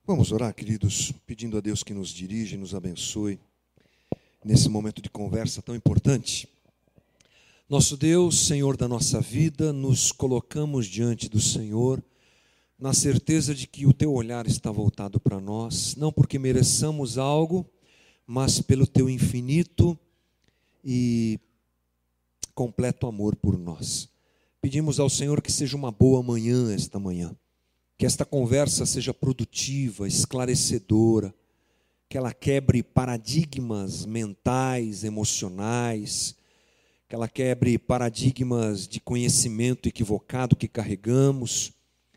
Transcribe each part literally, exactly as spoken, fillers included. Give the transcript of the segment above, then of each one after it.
Vamos orar, queridos, pedindo a Deus que nos dirija e nos abençoe nesse momento de conversa tão importante. Nosso Deus, Senhor da nossa vida, nos colocamos diante do Senhor na certeza de que o Teu olhar está voltado para nós, não porque mereçamos algo, mas pelo Teu infinito e completo amor por nós. Pedimos ao Senhor que seja uma boa manhã esta manhã. Que esta conversa seja produtiva, esclarecedora, que ela quebre paradigmas mentais, emocionais, que ela quebre paradigmas de conhecimento equivocado que carregamos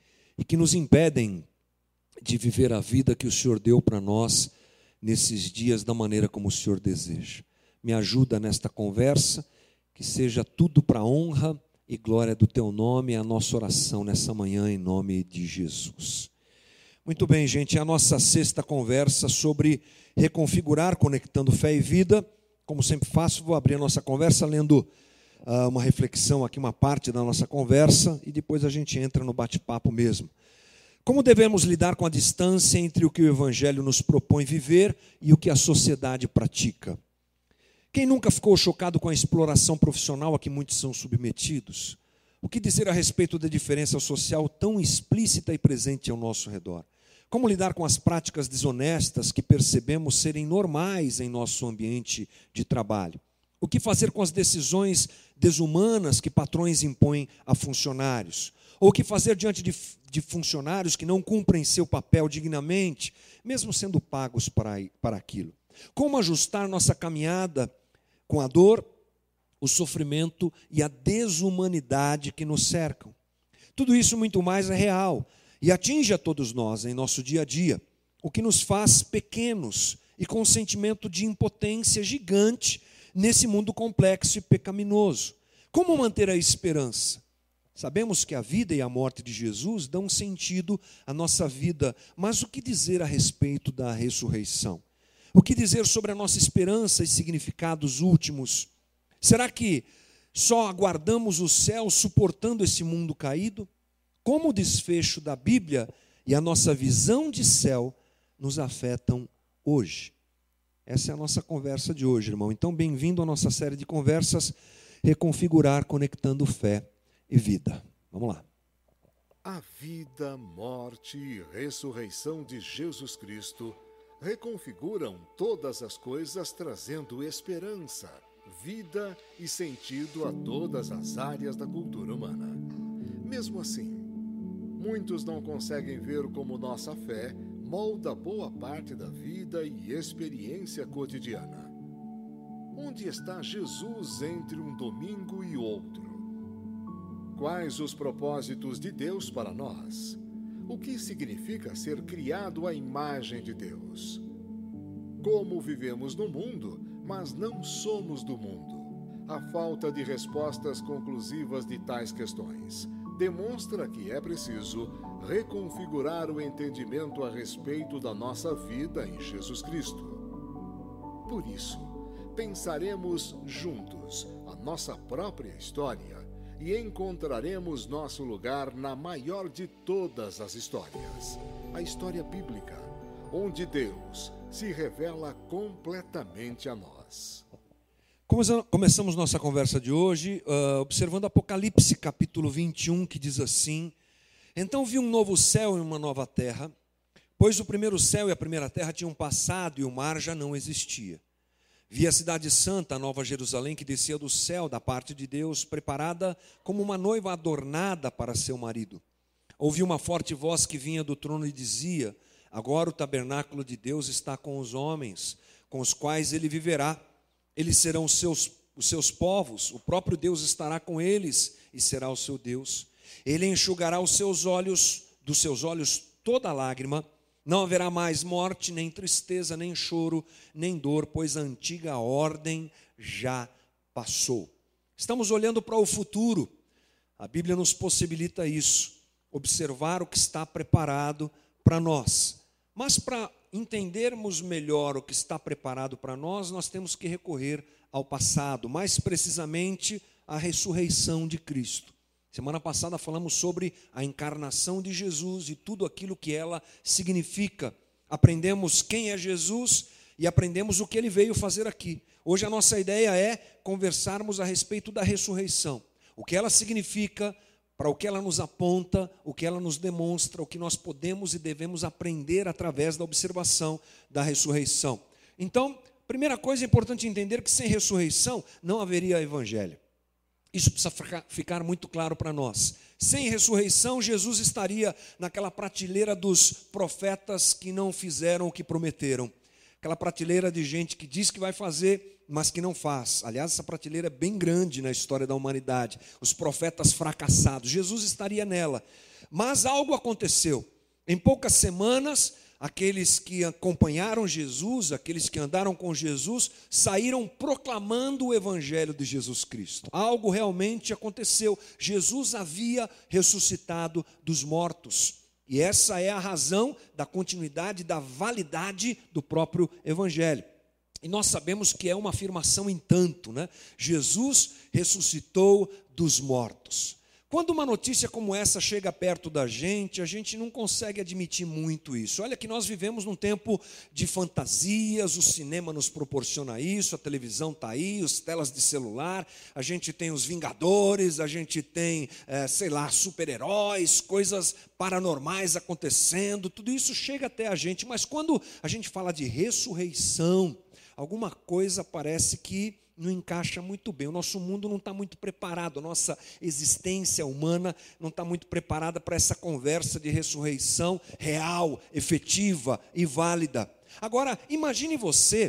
e que nos impedem de viver a vida que o Senhor deu para nós nesses dias da maneira como o Senhor deseja. Me ajuda nesta conversa, que seja tudo para a honra e glória do Teu nome, é a nossa oração nessa manhã, em nome de Jesus. Muito bem, gente, é a nossa sexta conversa sobre reconfigurar, conectando fé e vida. Como sempre faço, vou abrir a nossa conversa lendo uh, uma reflexão aqui, uma parte da nossa conversa, e depois a gente entra no bate-papo mesmo. Como devemos lidar com a distância entre o que o Evangelho nos propõe viver e o que a sociedade pratica? Quem nunca ficou chocado com a exploração profissional a que muitos são submetidos? O que dizer a respeito da diferença social tão explícita e presente ao nosso redor? Como lidar com as práticas desonestas que percebemos serem normais em nosso ambiente de trabalho? O que fazer com as decisões desumanas que patrões impõem a funcionários? Ou o que fazer diante de, de funcionários que não cumprem seu papel dignamente, mesmo sendo pagos para, para aquilo? Como ajustar nossa caminhada com a dor, o sofrimento e a desumanidade que nos cercam? Tudo isso muito mais é real e atinge a todos nós em nosso dia a dia, o que nos faz pequenos e com um sentimento de impotência gigante nesse mundo complexo e pecaminoso. Como manter a esperança? Sabemos que a vida e a morte de Jesus dão sentido à nossa vida, mas o que dizer a respeito da ressurreição? O que dizer sobre a nossa esperança e significados últimos? Será que só aguardamos o céu suportando esse mundo caído? Como o desfecho da Bíblia e a nossa visão de céu nos afetam hoje? Essa é a nossa conversa de hoje, irmão. Então, bem-vindo à nossa série de conversas, Reconfigurar, Conectando Fé e Vida. Vamos lá. A vida, morte e ressurreição de Jesus Cristo reconfiguram todas as coisas, trazendo esperança, vida e sentido a todas as áreas da cultura humana. Mesmo assim, muitos não conseguem ver como nossa fé molda boa parte da vida e experiência cotidiana. Onde está Jesus entre um domingo e outro? Quais os propósitos de Deus para nós? O que significa ser criado à imagem de Deus? Como vivemos no mundo, mas não somos do mundo? A falta de respostas conclusivas de tais questões demonstra que é preciso reconfigurar o entendimento a respeito da nossa vida em Jesus Cristo. Por isso, pensaremos juntos a nossa própria história e encontraremos nosso lugar na maior de todas as histórias, a história bíblica, onde Deus se revela completamente a nós. Começamos nossa conversa de hoje uh, observando Apocalipse capítulo vinte e um, que diz assim: Então vi um novo céu e uma nova terra, pois o primeiro céu e a primeira terra tinham passado e o mar já não existia. Vi a cidade santa, a nova Jerusalém, que descia do céu da parte de Deus, preparada como uma noiva adornada para seu marido. Ouvi uma forte voz que vinha do trono e dizia: Agora o tabernáculo de Deus está com os homens, com os quais ele viverá. Eles serão os seus, os seus povos, o próprio Deus estará com eles e será o seu Deus. Ele enxugará os seus olhos, dos seus olhos toda lágrima. Não haverá mais morte, nem tristeza, nem choro, nem dor, pois a antiga ordem já passou. Estamos olhando para o futuro. A Bíblia nos possibilita isso, observar o que está preparado para nós. Mas para entendermos melhor o que está preparado para nós, nós temos que recorrer ao passado, mais precisamente à ressurreição de Cristo. Semana passada falamos sobre a encarnação de Jesus e tudo aquilo que ela significa aprendemos quem é Jesus e aprendemos o que ele veio fazer aqui. Hoje a nossa ideia é conversarmos a respeito da ressurreição. O que ela significa, para o que ela nos aponta, o que ela nos demonstra, o que nós podemos e devemos aprender através da observação da ressurreição. Então, primeira coisa, é importante entender que sem ressurreição não haveria evangelho. Isso precisa ficar muito claro para nós. Sem ressurreição, Jesus estaria naquela prateleira dos profetas que não fizeram o que prometeram. Aquela prateleira de gente que diz que vai fazer, mas que não faz. Aliás, essa prateleira é bem grande na história da humanidade. Os profetas fracassados. Jesus estaria nela. Mas algo aconteceu. Em poucas semanas, aqueles que acompanharam Jesus, aqueles que andaram com Jesus, saíram proclamando o evangelho de Jesus Cristo. Algo realmente aconteceu. Jesus havia ressuscitado dos mortos. E essa é a razão da continuidade, da validade do próprio evangelho. E nós sabemos que é uma afirmação em tanto, né? Jesus ressuscitou dos mortos. Quando uma notícia como essa chega perto da gente, a gente não consegue admitir muito isso. Olha que nós vivemos num tempo de fantasias, o cinema nos proporciona isso, a televisão está aí, as telas de celular, a gente tem os Vingadores, a gente tem, é, sei lá, super-heróis, coisas paranormais acontecendo, tudo isso chega até a gente. Mas quando a gente fala de ressurreição, alguma coisa parece que não encaixa muito bem. O nosso mundo não está muito preparado, a nossa existência humana não está muito preparada para essa conversa de ressurreição real, efetiva e válida. Agora, imagine você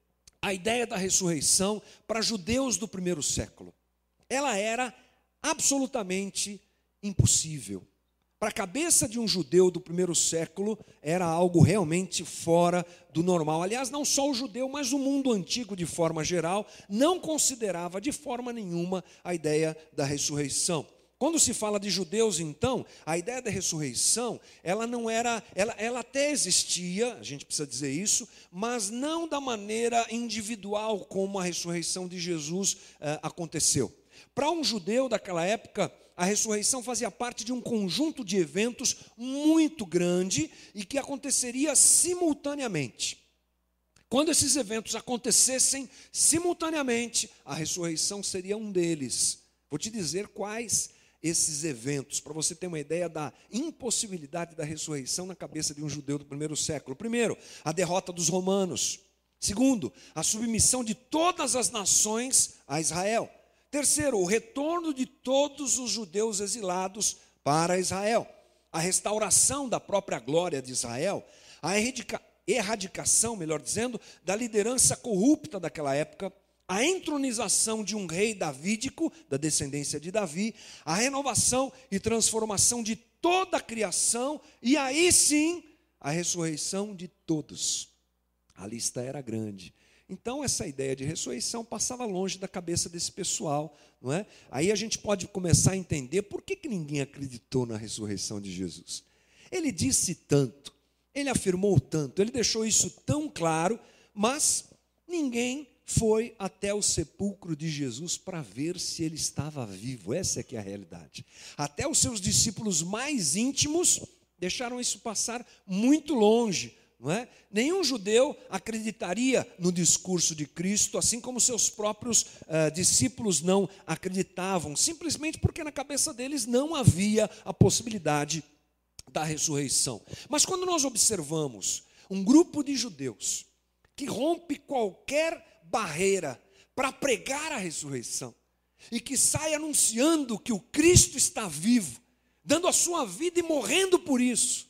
a ideia da ressurreição para judeus do primeiro século. Ela era absolutamente impossível. Para a cabeça de um judeu do primeiro século, era algo realmente fora do normal. Aliás, não só o judeu, mas o mundo antigo, de forma geral, não considerava de forma nenhuma a ideia da ressurreição. Quando se fala de judeus, então, a ideia da ressurreição, ela não era, ela, ela até existia, a gente precisa dizer isso, mas não da maneira individual como a ressurreição de Jesus eh, aconteceu. Para um judeu daquela época, a ressurreição fazia parte de um conjunto de eventos muito grande e que aconteceria simultaneamente. Quando esses eventos acontecessem simultaneamente, a ressurreição seria um deles. Vou te dizer quais esses eventos, para você ter uma ideia da impossibilidade da ressurreição na cabeça de um judeu do primeiro século. Primeiro, a derrota dos romanos. Segundo, a submissão de todas as nações a Israel. Terceiro, o retorno de todos os judeus exilados para Israel. A restauração da própria glória de Israel. A erradica- erradicação, melhor dizendo, da liderança corrupta daquela época. A entronização de um rei davídico, da descendência de Davi. A renovação e transformação de toda a criação. E aí sim, a ressurreição de todos. A lista era grande. Então, essa ideia de ressurreição passava longe da cabeça desse pessoal, não é? Aí a gente pode começar a entender por que, que ninguém acreditou na ressurreição de Jesus. Ele disse tanto, ele afirmou tanto, ele deixou isso tão claro, mas ninguém foi até o sepulcro de Jesus para ver se ele estava vivo. Essa é que é a realidade. Até os seus discípulos mais íntimos deixaram isso passar muito longe. Não é? Nenhum judeu acreditaria no discurso de Cristo, assim como seus próprios uh, discípulos não acreditavam, simplesmente porque na cabeça deles não havia a possibilidade da ressurreição. Mas quando nós observamos um grupo de judeus que rompe qualquer barreira para pregar a ressurreição e que sai anunciando que o Cristo está vivo, dando a sua vida e morrendo por isso,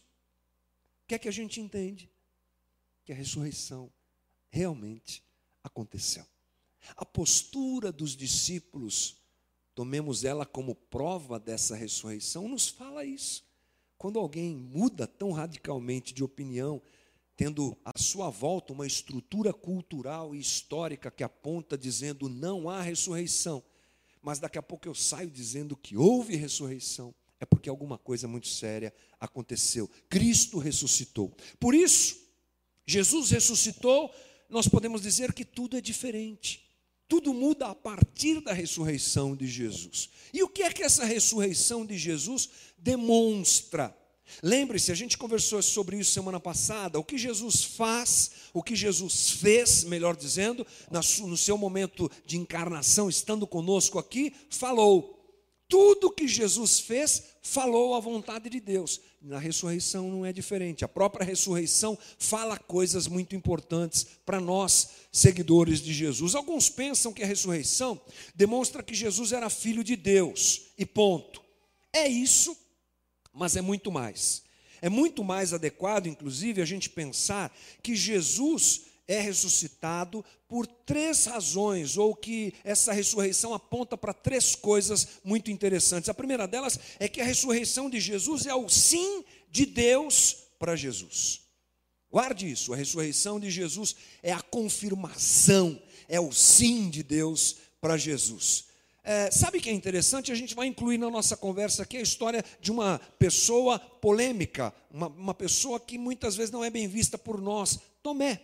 o que é que a gente entende? Que a ressurreição realmente aconteceu. A postura dos discípulos, tomemos ela como prova dessa ressurreição, nos fala isso. Quando alguém muda tão radicalmente de opinião, tendo à sua volta uma estrutura cultural e histórica que aponta dizendo não há ressurreição, mas daqui a pouco eu saio dizendo que houve ressurreição, é porque alguma coisa muito séria aconteceu. Cristo ressuscitou. Por isso, Jesus ressuscitou, nós podemos dizer que tudo é diferente. Tudo muda a partir da ressurreição de Jesus. E o que é que essa ressurreição de Jesus demonstra? Lembre-se, a gente conversou sobre isso semana passada, o que Jesus faz, o que Jesus fez, melhor dizendo, no seu momento de encarnação, estando conosco aqui, falou. Tudo que Jesus fez, falou a vontade de Deus. Na ressurreição não é diferente. A própria ressurreição fala coisas muito importantes para nós, seguidores de Jesus. Alguns pensam que a ressurreição demonstra que Jesus era filho de Deus, e ponto. É isso, mas é muito mais. É muito mais adequado, inclusive, a gente pensar que Jesus é ressuscitado por três razões, ou que essa ressurreição aponta para três coisas muito interessantes. A primeira delas é que a ressurreição de Jesus é o sim de Deus para Jesus. Guarde isso, a ressurreição de Jesus é a confirmação, é o sim de Deus para Jesus. É, sabe o que é interessante? A gente vai incluir na nossa conversa aqui a história de uma pessoa polêmica, uma, uma pessoa que muitas vezes não é bem vista por nós, Tomé.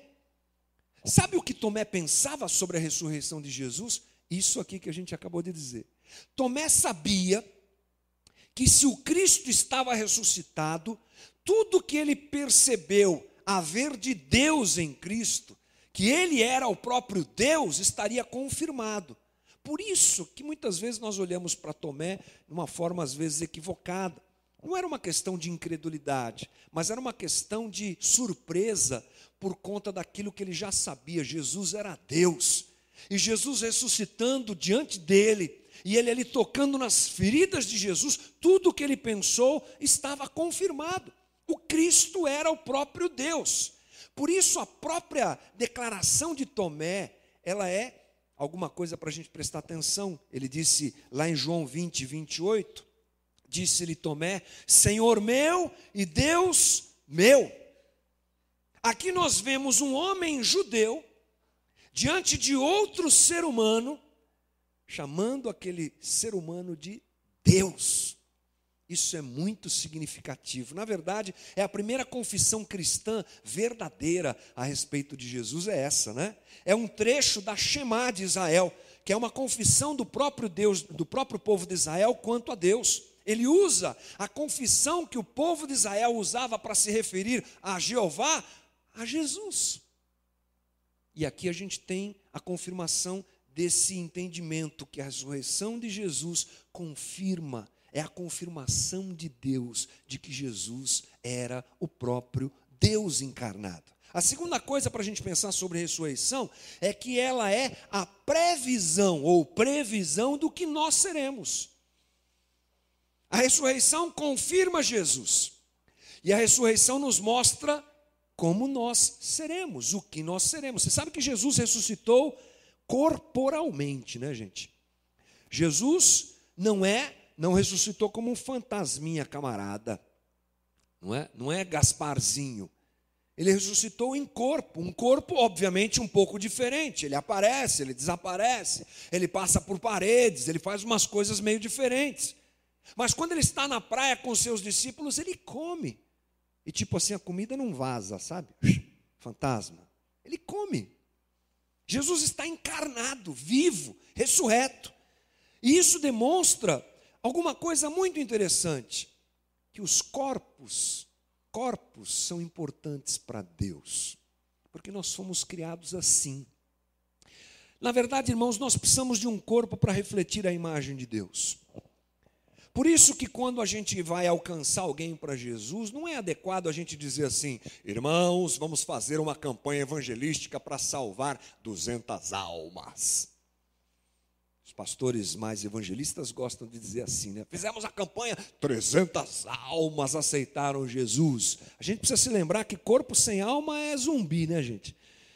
Sabe o que Tomé pensava sobre a ressurreição de Jesus? Isso aqui que a gente acabou de dizer. Tomé sabia que se o Cristo estava ressuscitado, tudo que ele percebeu haver de Deus em Cristo, que ele era o próprio Deus, estaria confirmado. Por isso que muitas vezes nós olhamos para Tomé de uma forma às vezes equivocada. Não era uma questão de incredulidade, mas era uma questão de surpresa por conta daquilo que ele já sabia. Jesus era Deus. E Jesus ressuscitando diante dele, e ele ali tocando nas feridas de Jesus, tudo o que ele pensou estava confirmado. O Cristo era o próprio Deus. Por isso a própria declaração de Tomé, ela é alguma coisa para a gente prestar atenção. Ele disse lá em João vinte, vinte e oito, disse-lhe Tomé, Senhor meu e Deus meu. Aqui nós vemos um homem judeu, diante de outro ser humano, chamando aquele ser humano de Deus. Isso é muito significativo. Na verdade, é a primeira confissão cristã verdadeira a respeito de Jesus, é essa, né? É um trecho da Shemá de Israel, que é uma confissão do próprio Deus, do próprio povo de Israel quanto a Deus. Ele usa a confissão que o povo de Israel usava para se referir a Jeová, a Jesus. E aqui a gente tem a confirmação desse entendimento que a ressurreição de Jesus confirma. É a confirmação de Deus de que Jesus era o próprio Deus encarnado. A segunda coisa para a gente pensar sobre a ressurreição é que ela é a previsão ou previsão do que nós seremos. A ressurreição confirma Jesus. E a ressurreição nos mostra como nós seremos, o que nós seremos. Você sabe que Jesus ressuscitou corporalmente, né, gente? Jesus não é Não ressuscitou como um fantasminha camarada, não é? Não é Gasparzinho. Ele ressuscitou em corpo, um corpo obviamente um pouco diferente. Ele aparece, ele desaparece, ele passa por paredes, ele faz umas coisas meio diferentes. Mas quando ele está na praia com seus discípulos, ele come. E tipo assim, a comida não vaza, sabe? Fantasma. Ele come. Jesus está encarnado, vivo, ressurreto. E isso demonstra alguma coisa muito interessante, que os corpos, corpos são importantes para Deus, porque nós fomos criados assim. Na verdade, irmãos, nós precisamos de um corpo para refletir a imagem de Deus. Por isso que quando a gente vai alcançar alguém para Jesus, não é adequado a gente dizer assim, irmãos, vamos fazer uma campanha evangelística para salvar duzentas almas. Os pastores mais evangelistas gostam de dizer assim, né? Fizemos a campanha, trezentas almas aceitaram Jesus. A gente precisa se lembrar que corpo sem alma é zumbi, né, gente?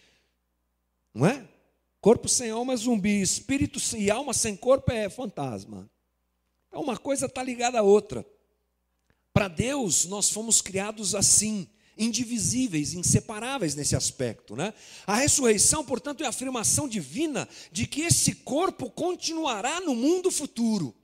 Não é? Corpo sem alma é zumbi, espírito e alma sem corpo é fantasma. Então uma coisa está ligada à outra. Para Deus, nós fomos criados assim, indivisíveis, inseparáveis nesse aspecto, né? A ressurreição, portanto, é a afirmação divina de que esse corpo continuará no mundo futuro.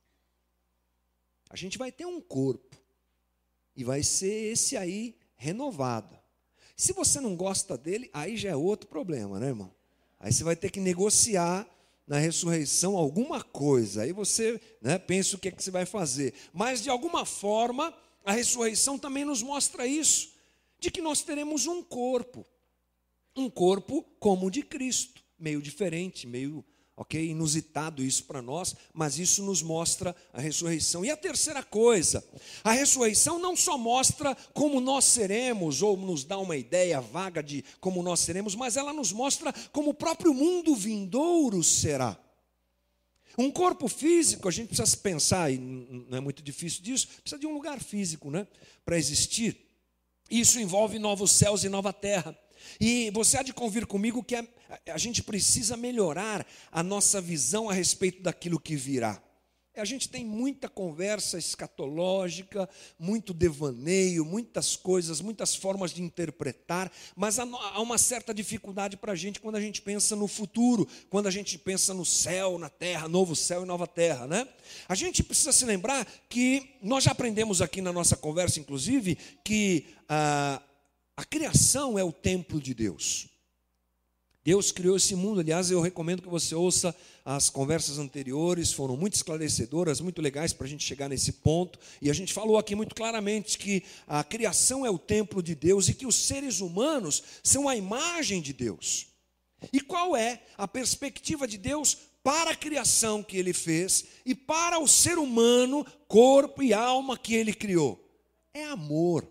A gente vai ter um corpo e vai ser esse aí renovado. Se você não gosta dele, aí já é outro problema, né, irmão? Aí você vai ter que negociar na ressurreição alguma coisa. Aí você, né, pensa o que é que você vai fazer. Mas de alguma forma a ressurreição também nos mostra isso, de que nós teremos um corpo, um corpo como o de Cristo, meio diferente, meio, ok, inusitado isso para nós, mas isso nos mostra a ressurreição. E a terceira coisa, a ressurreição não só mostra como nós seremos, ou nos dá uma ideia vaga de como nós seremos, mas ela nos mostra como o próprio mundo vindouro será. Um corpo físico, a gente precisa pensar, e não é muito difícil disso, precisa de um lugar físico, né, para existir. Isso envolve novos céus e nova terra. E você há de convir comigo que a, a gente precisa melhorar a nossa visão a respeito daquilo que virá. A gente tem muita conversa escatológica, muito devaneio, muitas coisas, muitas formas de interpretar, mas há, há uma certa dificuldade para a gente quando a gente pensa no futuro, quando a gente pensa no céu, na terra, novo céu e nova terra, né? A gente precisa se lembrar que nós já aprendemos aqui na nossa conversa, inclusive, que ah, a criação é o templo de Deus. Deus criou esse mundo. Aliás, eu recomendo que você ouça as conversas anteriores, foram muito esclarecedoras, muito legais para a gente chegar nesse ponto. E a gente falou aqui muito claramente que a criação é o templo de Deus e que os seres humanos são a imagem de Deus. E qual é a perspectiva de Deus para a criação que Ele fez e para o ser humano, corpo e alma que Ele criou? É amor.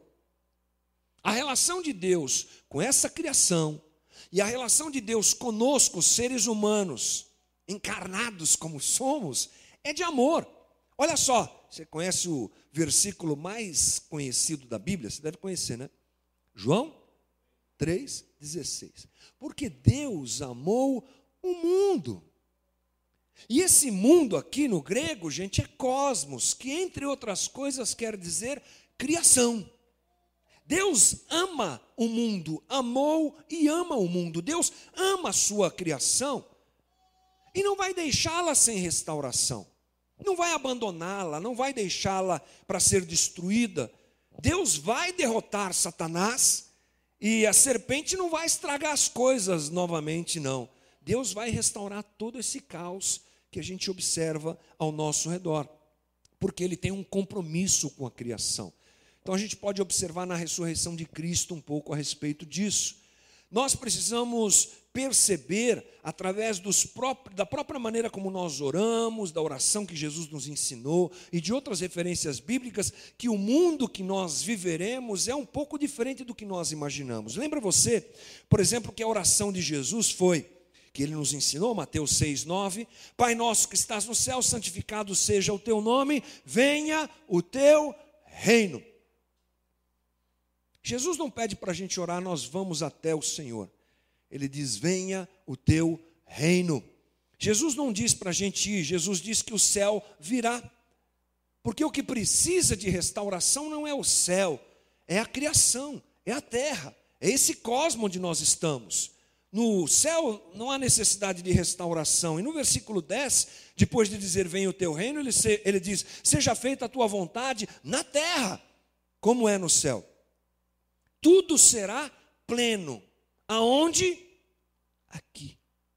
A relação de Deus com essa criação e a relação de Deus conosco, seres humanos, encarnados como somos, é de amor. Olha só, você conhece o versículo mais conhecido da Bíblia? Você deve conhecer, né? João três, dezesseis. Porque Deus amou o mundo. E esse mundo aqui no grego, gente, é cosmos, que entre outras coisas quer dizer criação. Deus ama o mundo, amou e ama o mundo. Deus ama a sua criação e não vai deixá-la sem restauração. Não vai abandoná-la, não vai deixá-la para ser destruída. Deus vai derrotar Satanás e a serpente não vai estragar as coisas novamente, não. Deus vai restaurar todo esse caos que a gente observa ao nosso redor, porque Ele tem um compromisso com a criação. Então a gente pode observar na ressurreição de Cristo um pouco a respeito disso. Nós precisamos perceber, através dos próprios, da própria maneira como nós oramos, da oração que Jesus nos ensinou e de outras referências bíblicas, que o mundo que nós viveremos é um pouco diferente do que nós imaginamos. Lembra você, por exemplo, que a oração de Jesus foi, que Ele nos ensinou, Mateus seis, nove, Pai nosso que estás no céu, santificado seja o teu nome, venha o teu reino. Jesus não pede para a gente orar, nós vamos até o Senhor. Ele diz, venha o teu reino. Jesus não diz para a gente ir, Jesus diz que o céu virá. Porque o que precisa de restauração não é o céu, é a criação, é a terra, é esse cosmo onde nós estamos. No céu não há necessidade de restauração. E no versículo dez, depois de dizer, venha o teu reino, ele, se, ele diz, seja feita a tua vontade na terra, como é no céu. Tudo será pleno. Aonde? Aqui.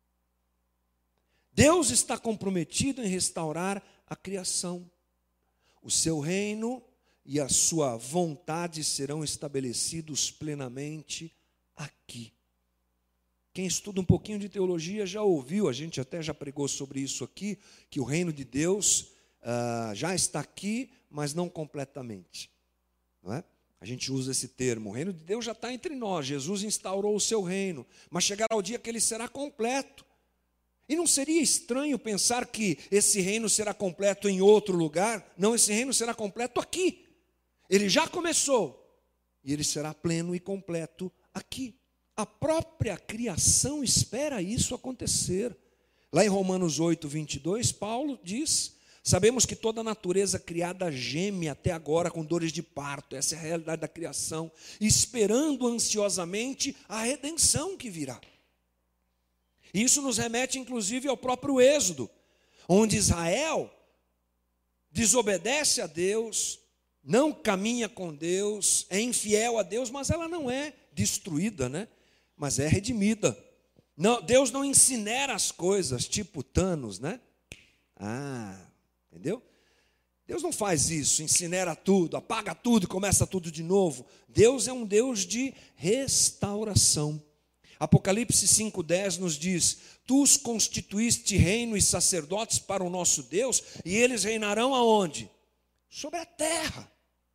Deus está comprometido em restaurar a criação. O seu reino e a sua vontade serão estabelecidos plenamente aqui. Quem estuda um pouquinho de teologia já ouviu, a gente até já pregou sobre isso aqui, que o reino de Deus ah, já está aqui, mas não completamente. Não é? A gente usa esse termo, o reino de Deus já está entre nós, Jesus instaurou o seu reino, mas chegará o dia que ele será completo. E não seria estranho pensar que esse reino será completo em outro lugar? Não, esse reino será completo aqui. Ele já começou, e ele será pleno e completo aqui. A própria criação espera isso acontecer. Lá em Romanos oito, vinte e dois, Paulo diz... Sabemos que toda a natureza criada geme até agora com dores de parto. Essa é a realidade da criação. Esperando ansiosamente a redenção que virá. Isso nos remete inclusive ao próprio Êxodo, onde Israel desobedece a Deus, não caminha com Deus, é infiel a Deus, mas ela não é destruída, né? Mas é redimida. Não, Deus não incinera as coisas, tipo Thanos, né? Ah... Entendeu? Deus não faz isso, incinera tudo, apaga tudo e começa tudo de novo. Deus é um Deus de restauração. Apocalipse cinco, dez nos diz: tu os constituíste reino e sacerdotes para o nosso Deus, e eles reinarão aonde? Sobre a terra.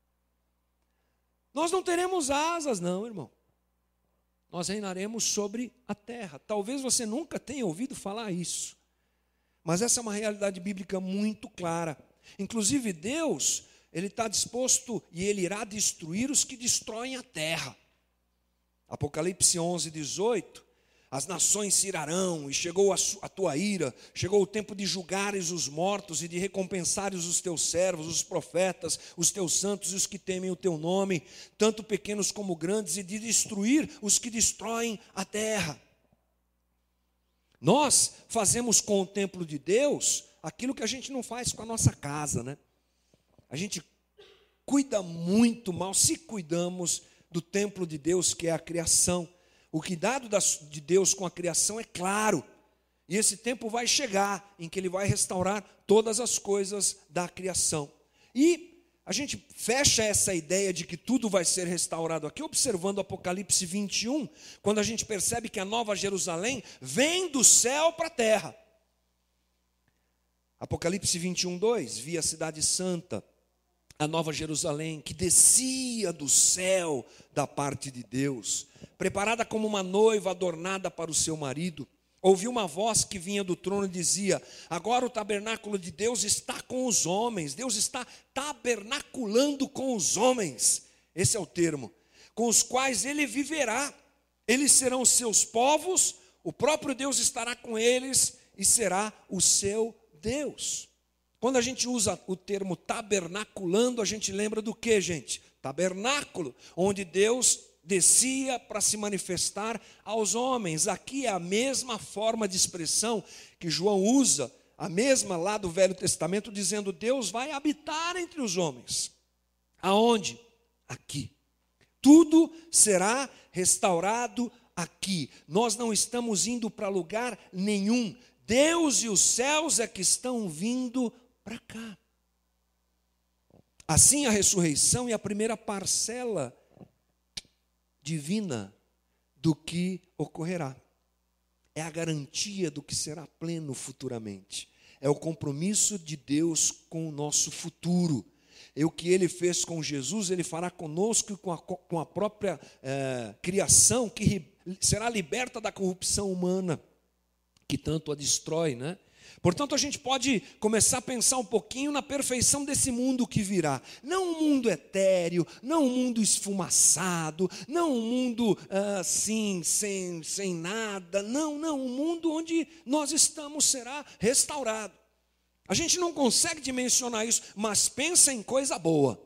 Nós não teremos asas, não, irmão. Nós reinaremos sobre a terra. Talvez você nunca tenha ouvido falar isso, mas essa é uma realidade bíblica muito clara. Inclusive Deus, Ele está disposto e Ele irá destruir os que destroem a terra. Apocalipse onze, dezoito, as nações se irarão e chegou a, a tua ira, chegou o tempo de julgares os mortos e de recompensares os teus servos, os profetas, os teus santos e os que temem o teu nome, tanto pequenos como grandes, e de destruir os que destroem a terra. Nós fazemos com o templo de Deus aquilo que a gente não faz com a nossa casa, né? A gente cuida muito mal, se cuidamos do templo de Deus, que é a criação. O cuidado de Deus com a criação é claro, e esse tempo vai chegar em que Ele vai restaurar todas as coisas da criação. E a gente fecha essa ideia de que tudo vai ser restaurado aqui, observando Apocalipse vinte e um, quando a gente percebe que a Nova Jerusalém vem do céu para a terra. Apocalipse vinte e um, dois, vi a cidade santa, a Nova Jerusalém, que descia do céu da parte de Deus, preparada como uma noiva adornada para o seu marido. Ouvi uma voz que vinha do trono e dizia: agora o tabernáculo de Deus está com os homens. Deus está tabernaculando com os homens. Esse é o termo. Com os quais Ele viverá. Eles serão seus povos, o próprio Deus estará com eles e será o seu Deus. Quando a gente usa o termo tabernaculando, a gente lembra do que, gente? Tabernáculo, onde Deus descia para se manifestar aos homens. Aqui é a mesma forma de expressão que João usa, a mesma lá do Velho Testamento, dizendo: Deus vai habitar entre os homens. Aonde? Aqui. Tudo será restaurado aqui. Nós não estamos indo para lugar nenhum. Deus e os céus é que estão vindo para cá. Assim, a ressurreição é a primeira parcela divina do que ocorrerá. É a garantia do que será pleno futuramente. É o compromisso de Deus com o nosso futuro. É o que Ele fez com Jesus, Ele fará conosco e com a, com a própria é, criação, que ri, será liberta da corrupção humana, que tanto a destrói, né? Portanto, a gente pode começar a pensar um pouquinho na perfeição desse mundo que virá. Não um mundo etéreo, não um mundo esfumaçado, não um mundo assim, sem, sem nada. Não, não, um mundo onde nós estamos será restaurado. A gente não consegue dimensionar isso, mas pensa em coisa boa.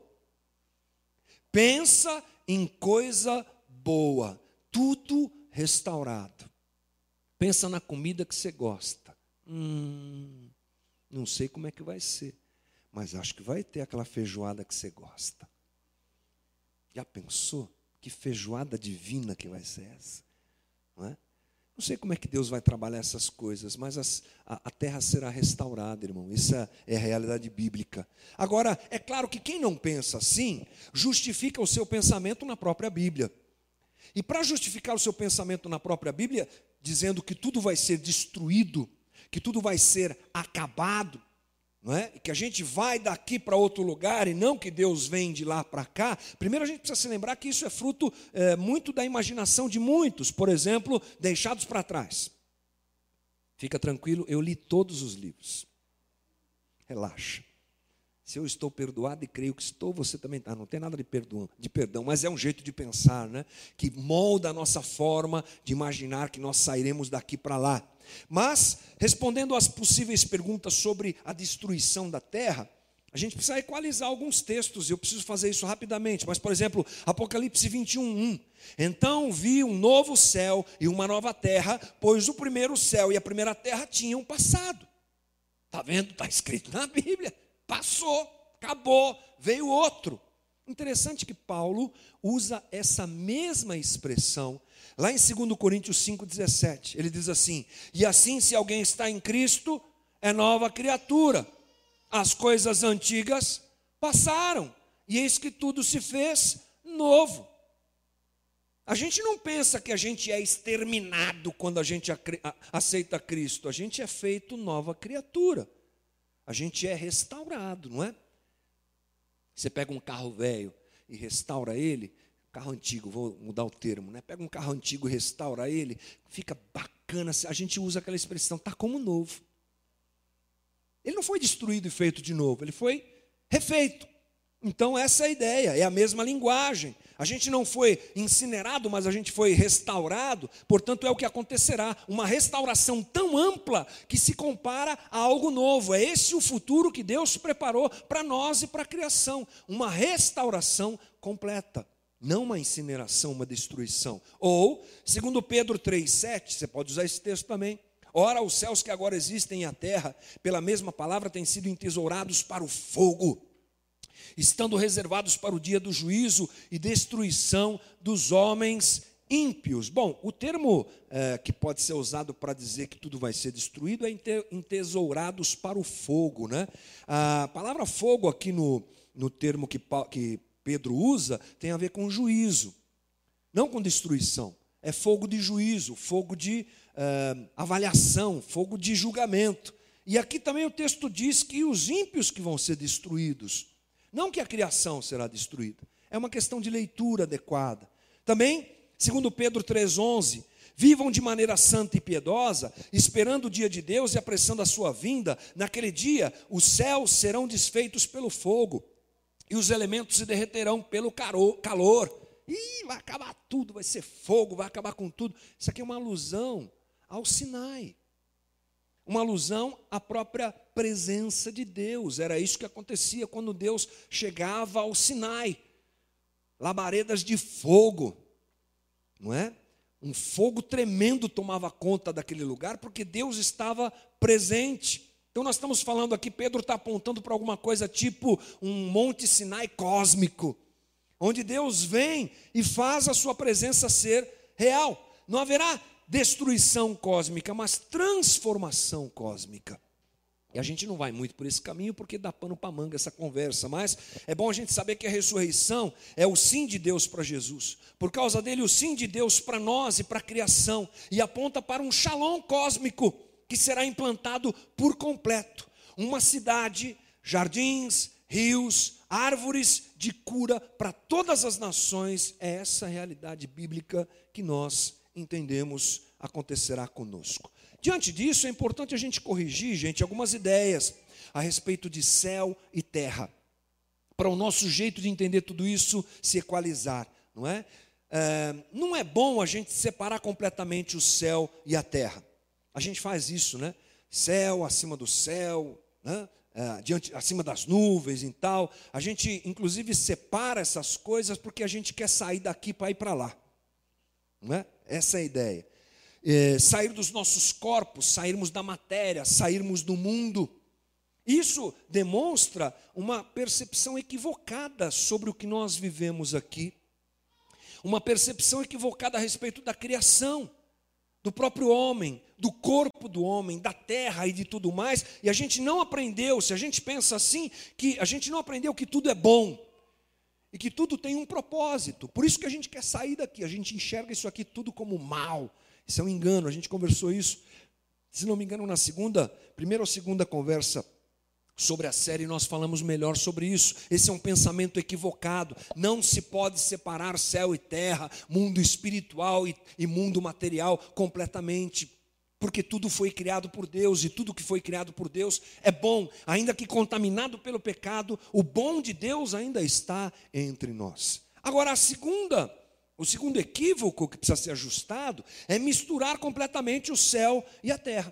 Pensa em coisa boa. Tudo restaurado. Pensa na comida que você gosta. Hum, não sei como é que vai ser, mas acho que vai ter aquela feijoada que você gosta. Já pensou? Que feijoada divina que vai ser essa? Não é? Não sei como é que Deus vai trabalhar essas coisas, mas as, a, a terra será restaurada, irmão. Isso é, é a realidade bíblica. Agora, é claro que quem não pensa assim, justifica o seu pensamento na própria Bíblia. E para justificar o seu pensamento na própria Bíblia, dizendo que tudo vai ser destruído, que tudo vai ser acabado, não é? E que a gente vai daqui para outro lugar e não que Deus vem de lá para cá. Primeiro a gente precisa se lembrar que isso é fruto é, muito da imaginação de muitos, por exemplo, deixados para trás. Fica tranquilo, eu li todos os livros. Relaxa. Se eu estou perdoado e creio que estou, você também está. Não tem nada de perdão, de perdão, mas é um jeito de pensar, né? Que molda a nossa forma de imaginar que nós sairemos daqui para lá. Mas, respondendo às possíveis perguntas sobre a destruição da terra, a gente precisa equalizar alguns textos, e eu preciso fazer isso rapidamente. Mas, por exemplo, Apocalipse vinte e um, um. Então vi um novo céu e uma nova terra, pois o primeiro céu e a primeira terra tinham passado. Está vendo? Está escrito na Bíblia. Passou, acabou, veio outro. Interessante que Paulo usa essa mesma expressão lá em dois Coríntios cinco, dezessete. Ele diz assim: e assim, se alguém está em Cristo, é nova criatura. as coisas antigas passaram, e eis que tudo se fez novo. A gente não pensa que a gente é exterminado quando a gente aceita Cristo. A gente é feito nova criatura. A gente é restaurado, não é? Você pega um carro velho e restaura ele, carro antigo, vou mudar o termo, né? Pega um carro antigo e restaura ele, fica bacana. A gente usa aquela expressão, está como novo. Ele não foi destruído e feito de novo, ele foi refeito. Então essa é a ideia, é a mesma linguagem. A gente não foi incinerado, mas a gente foi restaurado. Portanto, é o que acontecerá. Uma restauração tão ampla que se compara a algo novo. É esse o futuro que Deus preparou para nós e para a criação. Uma restauração completa. Não uma incineração, uma destruição. Ou, segundo Pedro três, sete, você pode usar esse texto também. Ora, os céus que agora existem e a terra, pela mesma palavra, têm sido entesourados para o fogo, estando reservados para o dia do juízo e destruição dos homens ímpios. Bom, o termo é, que pode ser usado para dizer que tudo vai ser destruído é entesourados para o fogo, né? A palavra fogo aqui no, no termo que, que Pedro usa tem a ver com juízo, não com destruição. É fogo de juízo, fogo de é, avaliação, fogo de julgamento. E aqui também o texto diz que os ímpios que vão ser destruídos, não que a criação será destruída. É uma questão de leitura adequada. Também, segundo Pedro três, onze, vivam de maneira santa e piedosa, esperando o dia de Deus e apressando a sua vinda. Naquele dia, os céus serão desfeitos pelo fogo, e os elementos se derreterão pelo calor. Ih, vai acabar tudo, vai ser fogo, vai acabar com tudo. Isso aqui é uma alusão ao Sinai. Uma alusão à própria presença de Deus. Era isso que acontecia quando Deus chegava ao Sinai. Labaredas de fogo, não é? Um fogo tremendo tomava conta daquele lugar, porque Deus estava presente. Então nós estamos falando aqui, Pedro está apontando para alguma coisa tipo um Monte Sinai cósmico, onde Deus vem e faz a sua presença ser real. Não haverá destruição cósmica, mas transformação cósmica. E a gente não vai muito por esse caminho, porque dá pano para manga essa conversa, mas é bom a gente saber que a ressurreição é o sim de Deus para Jesus. Por causa dele, o sim de Deus para nós e para a criação, e aponta para um shalom cósmico, que será implantado por completo. Uma cidade, jardins, rios, árvores de cura para todas as nações. É essa a realidade bíblica que nós entendemos acontecerá conosco. Diante disso, é importante a gente corrigir, gente, algumas ideias a respeito de céu e terra, para o nosso jeito de entender tudo isso se equalizar, não é? É, não é bom a gente separar completamente o céu e a terra. A gente faz isso, né? Céu acima do céu, né? É, diante, acima das nuvens e tal. A gente, inclusive, separa essas coisas porque a gente quer sair daqui para ir para lá. Não é? Essa é a ideia. É, sair dos nossos corpos, sairmos da matéria, sairmos do mundo. Isso demonstra uma percepção equivocada sobre o que nós vivemos aqui. Uma percepção equivocada a respeito da criação, do próprio homem, do corpo do homem, da terra e de tudo mais. E a gente não aprendeu, se a gente pensa assim, que a gente não aprendeu que tudo é bom. E que tudo tem um propósito. Por isso que a gente quer sair daqui. A gente enxerga isso aqui tudo como mal. Isso é um engano. A gente conversou isso, se não me engano, na segunda, primeira ou segunda conversa sobre a série, nós falamos melhor sobre isso. Esse é um pensamento equivocado. Não se pode separar céu e terra, mundo espiritual e, e mundo material completamente. Porque tudo foi criado por Deus, e tudo que foi criado por Deus é bom. Ainda que contaminado pelo pecado, o bom de Deus ainda está entre nós. Agora, a segunda, o segundo equívoco que precisa ser ajustado é misturar completamente o céu e a terra.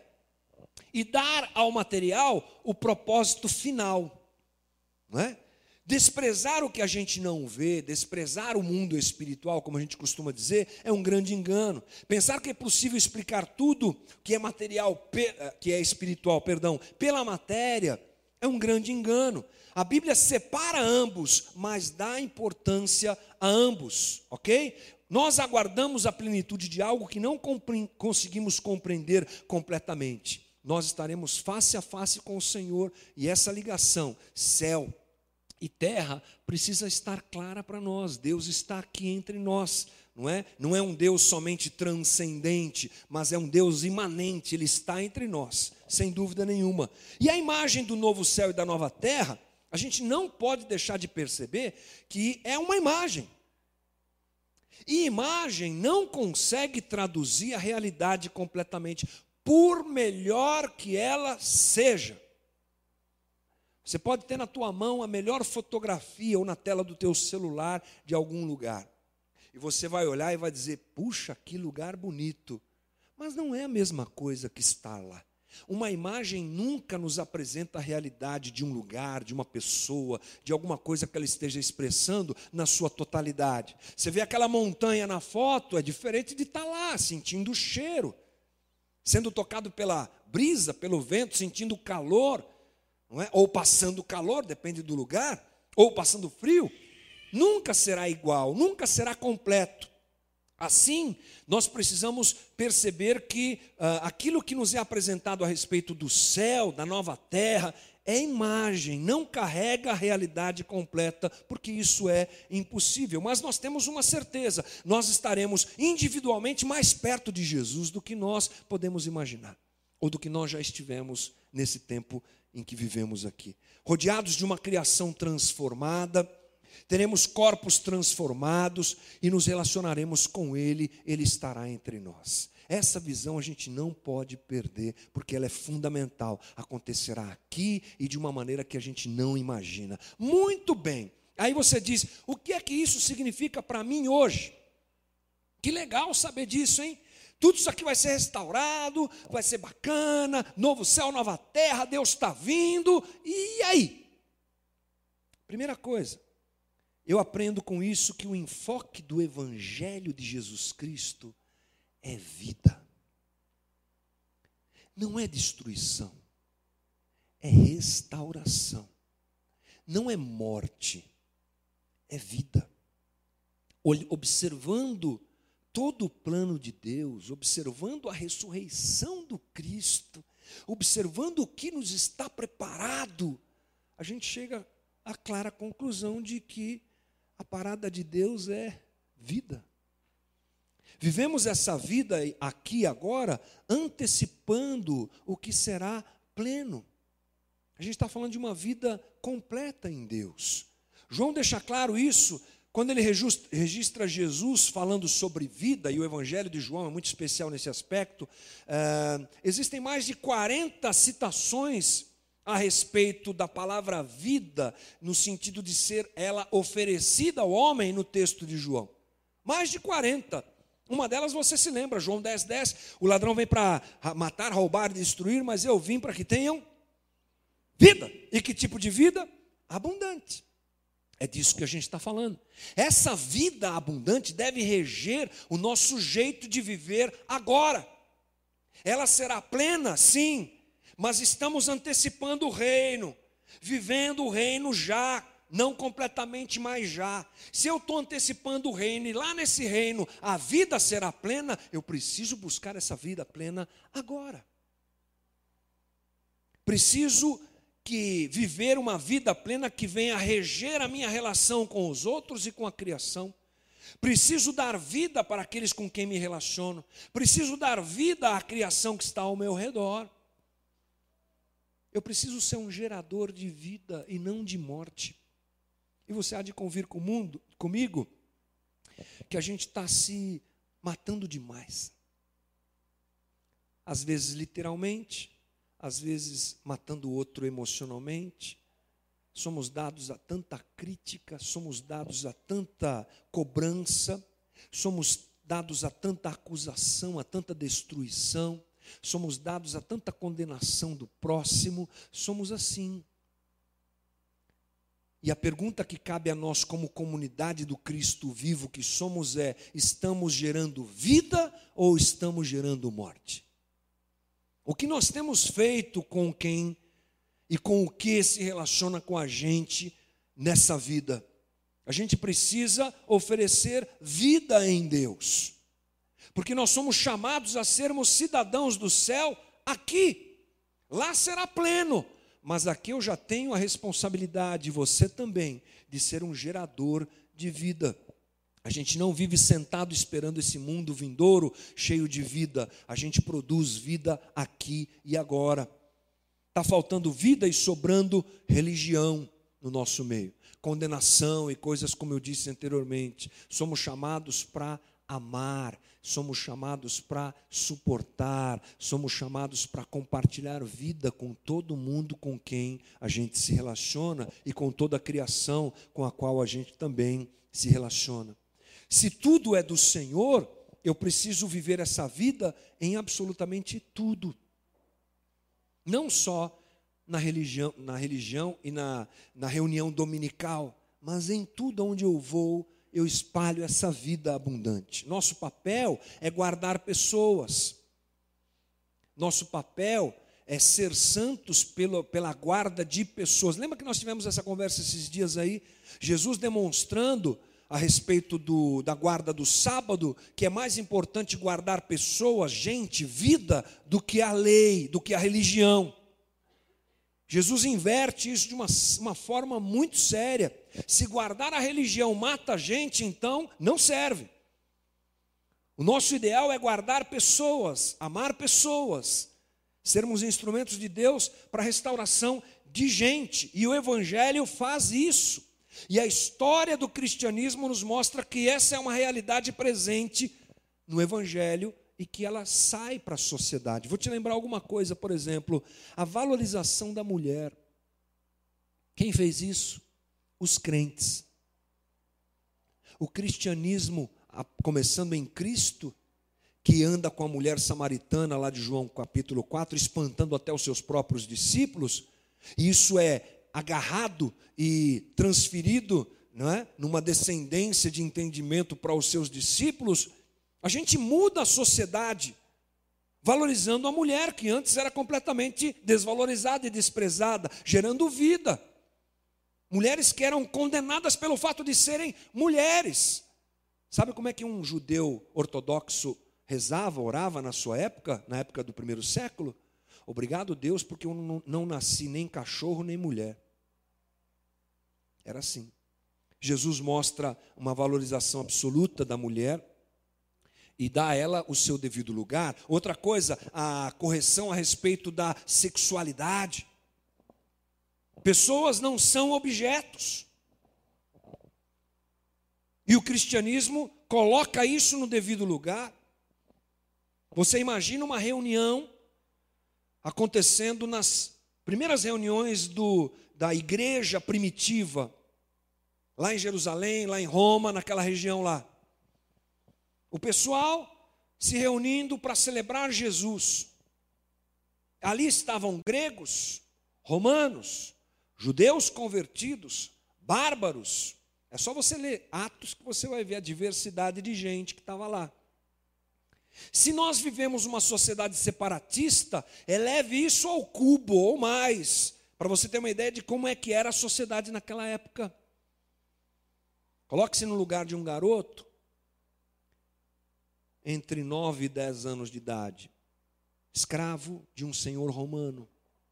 E dar ao material o propósito final. Não é? Desprezar o que a gente não vê, desprezar o mundo espiritual, como a gente costuma dizer, é um grande engano. Pensar que é possível explicar tudo que é material, que é espiritual, perdão, pela matéria, é um grande engano. A Bíblia separa ambos, mas dá importância a ambos, ok? Nós aguardamos a plenitude de algo que não compre- conseguimos compreender completamente. nós estaremos face a face com o Senhor, e essa ligação, céu e terra, precisa estar clara para nós. Deus está aqui entre nós, não é? Não é um Deus somente transcendente, mas é um Deus imanente, Ele está entre nós, sem dúvida nenhuma. E a imagem do novo céu e da nova terra, a gente não pode deixar de perceber que é uma imagem. E imagem não consegue traduzir a realidade completamente, por melhor que ela seja. Você pode ter na tua mão a melhor fotografia ou na tela do teu celular de algum lugar. E você vai olhar e vai dizer, puxa, que lugar bonito. Mas não é a mesma coisa que estar lá. Uma imagem nunca nos apresenta a realidade de um lugar, de uma pessoa, de alguma coisa que ela esteja expressando na sua totalidade. Você vê aquela montanha na foto, é diferente de estar lá, sentindo o cheiro, sendo tocado pela brisa, pelo vento, sentindo o calor, não é? Ou passando calor, depende do lugar, ou passando frio. Nunca será igual, nunca será completo. Assim, nós precisamos perceber que uh, aquilo que nos é apresentado a respeito do céu, da nova terra, é imagem, não carrega a realidade completa, porque isso é impossível. Mas nós temos uma certeza, nós estaremos individualmente mais perto de Jesus do que nós podemos imaginar, ou do que nós já estivemos nesse tempo em que vivemos aqui. Rodeados de uma criação transformada, teremos corpos transformados e nos relacionaremos com Ele, Ele estará entre nós. Essa visão a gente não pode perder, porque ela é fundamental. Acontecerá aqui e de uma maneira que a gente não imagina. Muito bem. Aí você diz, o que é que isso significa para mim hoje? Que legal saber disso, hein? Tudo isso aqui vai ser restaurado, vai ser bacana, novo céu, nova terra, Deus está vindo. E aí? Primeira coisa, eu aprendo com isso que o enfoque do Evangelho de Jesus Cristo é vida. Não é destruição, é restauração. Não é morte, é vida. Observando todo o plano de Deus, observando a ressurreição do Cristo, observando o que nos está preparado, a gente chega à clara conclusão de que a parada de Deus é vida. Vivemos essa vida aqui agora, antecipando o que será pleno. A gente está falando de uma vida completa em Deus. João deixa claro isso quando ele registra Jesus falando sobre vida, e o Evangelho de João é muito especial nesse aspecto. É, existem mais de quarenta citações a respeito da palavra vida, no sentido de ser ela oferecida ao homem no texto de João. Mais de quarenta. Uma delas você se lembra, João dez, dez. O ladrão vem para matar, roubar e destruir, mas eu vim para que tenham vida. E que tipo de vida? Abundante. É disso que a gente está falando. Essa vida abundante deve reger o nosso jeito de viver agora. Ela será plena, sim, mas estamos antecipando o reino, vivendo o reino já, não completamente, mas já. Se eu estou antecipando o reino e lá nesse reino a vida será plena, eu preciso buscar essa vida plena agora. Preciso que viver uma vida plena que venha reger a minha relação com os outros e com a criação. Preciso dar vida para aqueles com quem me relaciono. Preciso dar vida à criação que está ao meu redor. Eu preciso ser um gerador de vida e não de morte. E você há de convir com o mundo, comigo que a gente está se matando demais. Às vezes literalmente, às vezes matando o outro emocionalmente. Somos dados a tanta crítica, somos dados a tanta cobrança, somos dados a tanta acusação, a tanta destruição, somos dados a tanta condenação do próximo, somos assim. E a pergunta que cabe a nós como comunidade do Cristo vivo que somos é: estamos gerando vida ou estamos gerando morte? O que nós temos feito com quem e com o que se relaciona com a gente nessa vida? A gente precisa oferecer vida em Deus, porque nós somos chamados a sermos cidadãos do céu aqui. Lá será pleno, mas aqui eu já tenho a responsabilidade, você também, de ser um gerador de vida. A gente não vive sentado esperando esse mundo vindouro, cheio de vida. A gente produz vida aqui e agora. Está faltando vida e sobrando religião no nosso meio. Condenação e coisas como eu disse anteriormente. Somos chamados para amar, somos chamados para suportar, somos chamados para compartilhar vida com todo mundo com quem a gente se relaciona e com toda a criação com a qual a gente também se relaciona. Se tudo é do Senhor, eu preciso viver essa vida em absolutamente tudo. Não só na religião, na religião e na, na reunião dominical, mas em tudo onde eu vou, eu espalho essa vida abundante. Nosso papel é guardar pessoas. Nosso papel é ser santos pela, pela guarda de pessoas. Lembra que nós tivemos essa conversa esses dias aí? Jesus demonstrando a respeito do, da guarda do sábado, que é mais importante guardar pessoas, gente, vida, do que a lei, do que a religião. Jesus inverte isso de uma, uma forma muito séria. Se guardar a religião mata a gente, então não serve. O nosso ideal é guardar pessoas, amar pessoas, sermos instrumentos de Deus para a restauração de gente. E o Evangelho faz isso. E a história do cristianismo nos mostra que essa é uma realidade presente no Evangelho e que ela sai para a sociedade. Vou te lembrar alguma coisa, por exemplo, a valorização da mulher. Quem fez isso? Os crentes. O cristianismo, começando em Cristo, que anda com a mulher samaritana lá de João capítulo quatro, espantando até os seus próprios discípulos, e isso é agarrado e transferido, não é, numa descendência de entendimento para os seus discípulos. A gente muda a sociedade, valorizando a mulher, que antes era completamente desvalorizada e desprezada, gerando vida. Mulheres que eram condenadas pelo fato de serem mulheres. Sabe como é que um judeu ortodoxo rezava, orava na sua época, na época do primeiro século? Obrigado, Deus, porque eu não, não nasci nem cachorro nem mulher. Era assim. Jesus mostra uma valorização absoluta da mulher e dá a ela o seu devido lugar. Outra coisa, a correção a respeito da sexualidade. Pessoas não são objetos. E o cristianismo coloca isso no devido lugar. Você imagina uma reunião acontecendo nas primeiras reuniões do, da igreja primitiva, lá em Jerusalém, lá em Roma, naquela região lá. O pessoal se reunindo para celebrar Jesus. Ali estavam gregos, romanos, judeus convertidos, bárbaros. É só você ler Atos que você vai ver a diversidade de gente que estava lá. Se nós vivemos uma sociedade separatista, eleve isso ao cubo ou mais, para você ter uma ideia de como é que era a sociedade naquela época. Coloque-se no lugar de um garoto entre nove e dez anos de idade, escravo de um senhor romano.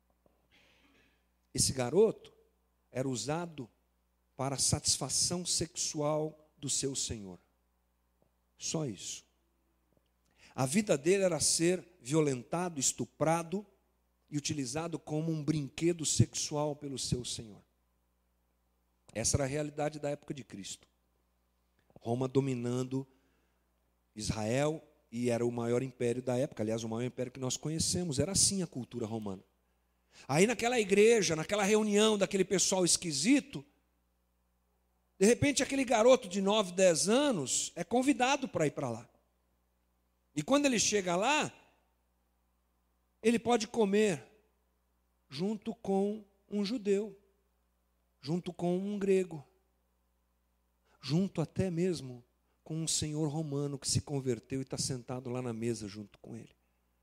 Esse garoto era usado para a satisfação sexual do seu senhor. Só isso. A vida dele era ser violentado, estuprado e utilizado como um brinquedo sexual pelo seu senhor. Essa era a realidade da época de Cristo. Roma dominando Israel, e era o maior império da época, aliás, o maior império que nós conhecemos. Era assim a cultura romana. Aí naquela igreja, naquela reunião daquele pessoal esquisito, de repente aquele garoto de nove, dez anos é convidado para ir para lá. E quando ele chega lá, ele pode comer junto com um judeu, junto com um grego, junto até mesmo com um senhor romano que se converteu e está sentado lá na mesa junto com ele.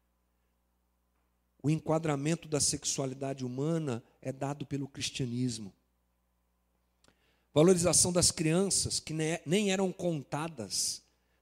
O enquadramento da sexualidade humana é dado pelo cristianismo. Valorização das crianças que nem eram contadas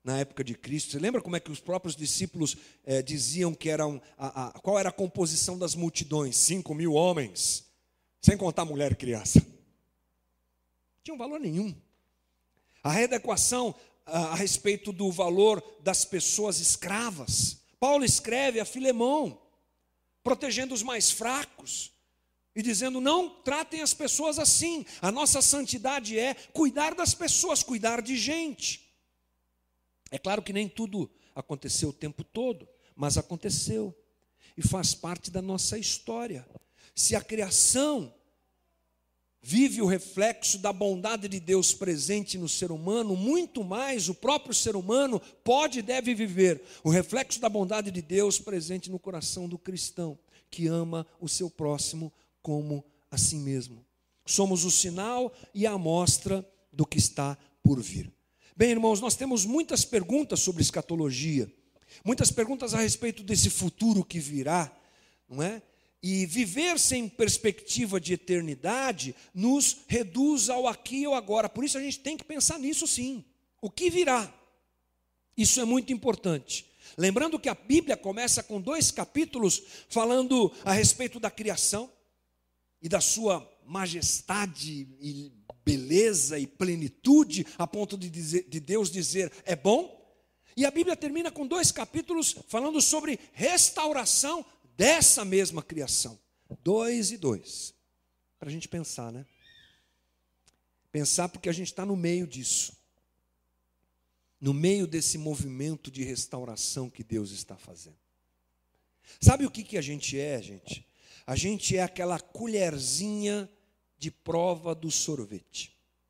na época de Cristo. Você lembra como é que os próprios discípulos eh, diziam que eram, a, a, qual era a composição das multidões? Cinco mil homens, sem contar mulher e criança. Não tinha um valor nenhum. A readequação a, a respeito do valor das pessoas escravas. Paulo escreve a Filemão, protegendo os mais fracos e dizendo: não tratem as pessoas assim. A nossa santidade é cuidar das pessoas, cuidar de gente. É claro que nem tudo aconteceu o tempo todo, mas aconteceu e faz parte da nossa história. Se a criação vive o reflexo da bondade de Deus presente no ser humano, muito mais o próprio ser humano pode e deve viver o reflexo da bondade de Deus presente no coração do cristão, que ama o seu próximo como a si mesmo. Somos o sinal e a amostra do que está por vir. Bem, irmãos, nós temos muitas perguntas sobre escatologia, muitas perguntas a respeito desse futuro que virá, não é? E viver sem perspectiva de eternidade nos reduz ao aqui e ao agora. Por isso a gente tem que pensar nisso sim. O que virá? Isso é muito importante. Lembrando que a Bíblia começa com dois capítulos falando a respeito da criação e da sua majestade e beleza e plenitude, a ponto de, dizer, de Deus dizer é bom. E a Bíblia termina com dois capítulos falando sobre restauração dessa mesma criação. Dois e dois. Para a gente pensar, né? Pensar porque a gente está no meio disso. No meio desse movimento de restauração que Deus está fazendo. Sabe o que, que a gente é, gente? A gente é aquela colherzinha de prova do sorvete.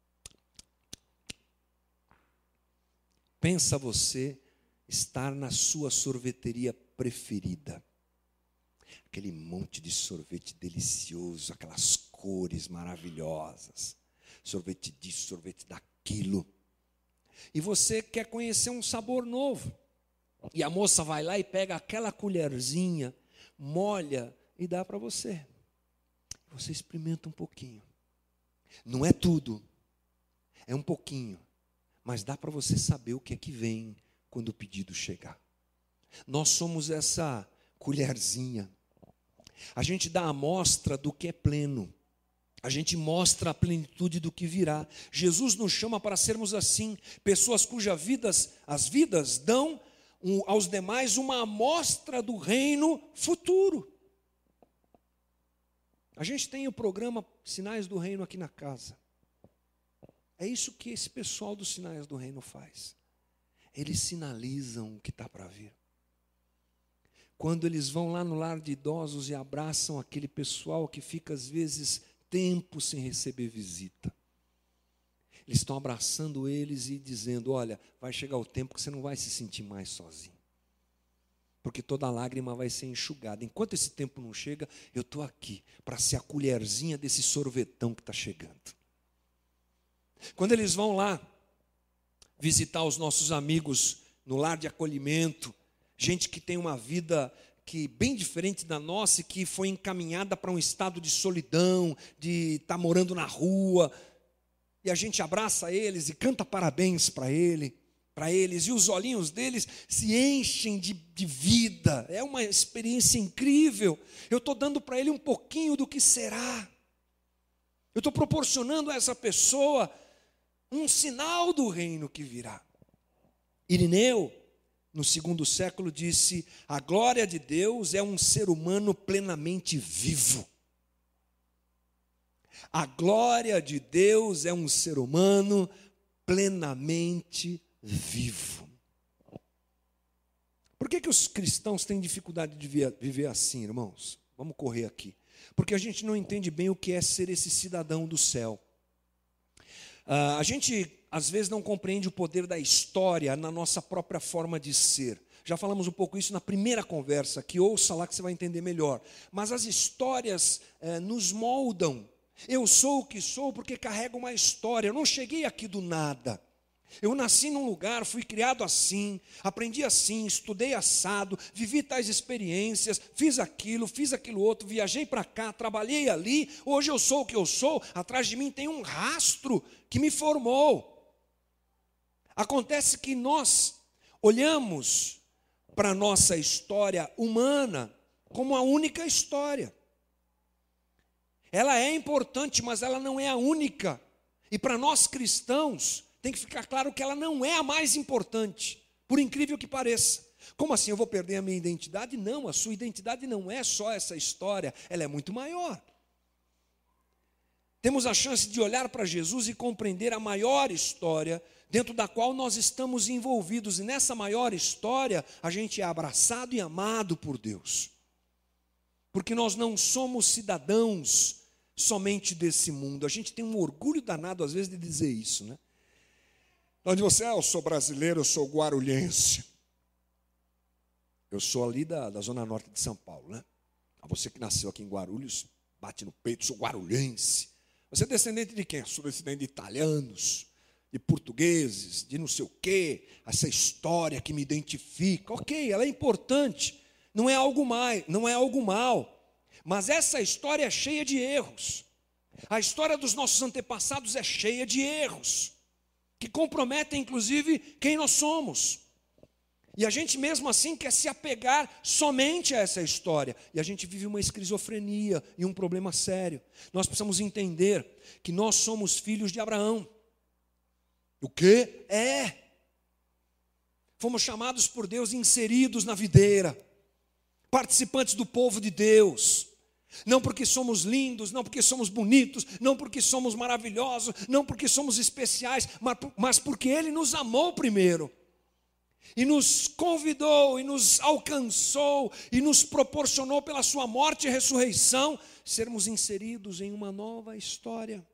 Pensa você estar na sua sorveteria preferida. Aquele monte de sorvete delicioso, aquelas cores maravilhosas. Sorvete disso, sorvete daquilo. E você quer conhecer um sabor novo. E a moça vai lá e pega aquela colherzinha, molha e dá para você. Você experimenta um pouquinho. Não é tudo, é um pouquinho. Mas dá para você saber o que é que vem quando o pedido chegar. Nós somos essa colherzinha. A gente dá a amostra do que é pleno. A gente mostra a plenitude do que virá. Jesus nos chama para sermos assim, pessoas cujas vidas, as vidas dão um, aos demais uma amostra do reino futuro. A gente tem o programa Sinais do Reino aqui na casa. É isso que esse pessoal dos Sinais do Reino faz. Eles sinalizam o que está para vir. Quando eles vão lá no lar de idosos e abraçam aquele pessoal que fica às vezes tempo sem receber visita. Eles estão abraçando eles e dizendo: olha, vai chegar o tempo que você não vai se sentir mais sozinho. Porque toda lágrima vai ser enxugada. Enquanto esse tempo não chega, eu estou aqui para ser a colherzinha desse sorvetão que está chegando. Quando eles vão lá visitar os nossos amigos no lar de acolhimento, gente que tem uma vida que bem diferente da nossa e que foi encaminhada para um estado de solidão, de estar morando na rua, e a gente abraça eles e canta parabéns para ele, para eles, e os olhinhos deles se enchem de, de vida. É uma experiência incrível. Eu estou dando para ele um pouquinho do que será. Eu estou proporcionando a essa pessoa um sinal do reino que virá. Irineu, no segundo século, disse: a glória de Deus é um ser humano plenamente vivo. A glória de Deus é um ser humano plenamente vivo. Por que que os cristãos têm dificuldade de viver assim, irmãos? Vamos correr aqui. Porque a gente não entende bem o que é ser esse cidadão do céu. Uh, a gente, às vezes, não compreende o poder da história na nossa própria forma de ser. Já falamos um pouco isso na primeira conversa, que ouça lá que você vai entender melhor. Mas as histórias eh, nos moldam. Eu sou o que sou porque carrego uma história. Eu não cheguei aqui do nada. Eu nasci num lugar, fui criado assim, aprendi assim, estudei assado, vivi tais experiências, fiz aquilo, fiz aquilo outro, viajei para cá, trabalhei ali, hoje eu sou o que eu sou, atrás de mim tem um rastro que me formou. Acontece que nós olhamos para a nossa história humana como a única história. Ela é importante, mas ela não é a única. E para nós cristãos, tem que ficar claro que ela não é a mais importante, por incrível que pareça. Como assim, eu vou perder a minha identidade? Não, a sua identidade não é só essa história, ela é muito maior. Temos a chance de olhar para Jesus e compreender a maior história dentro da qual nós estamos envolvidos. E nessa maior história, a gente é abraçado e amado por Deus. Porque nós não somos cidadãos somente desse mundo. A gente tem um orgulho danado, às vezes, de dizer isso, né? Onde você é? Ah, eu sou brasileiro, eu sou guarulhense. Eu sou ali da, da zona norte de São Paulo, né? Você que nasceu aqui em Guarulhos, bate no peito, sou guarulhense. Você é descendente de quem? Eu sou descendente de italianos, de portugueses, de não sei o quê. Essa história que me identifica. Ok, ela é importante. Não é algo mais, não é algo mal. Mas essa história é cheia de erros. A história dos nossos antepassados é cheia de erros, que comprometem, inclusive, quem nós somos. E a gente mesmo assim quer se apegar somente a essa história. E a gente vive uma esquizofrenia e um problema sério. Nós precisamos entender que nós somos filhos de Abraão. O quê? É. Fomos chamados por Deus, inseridos na videira, participantes do povo de Deus. Não porque somos lindos, não porque somos bonitos, não porque somos maravilhosos, não porque somos especiais, mas porque Ele nos amou primeiro. E nos convidou, e nos alcançou, e nos proporcionou pela sua morte e ressurreição, sermos inseridos em uma nova história.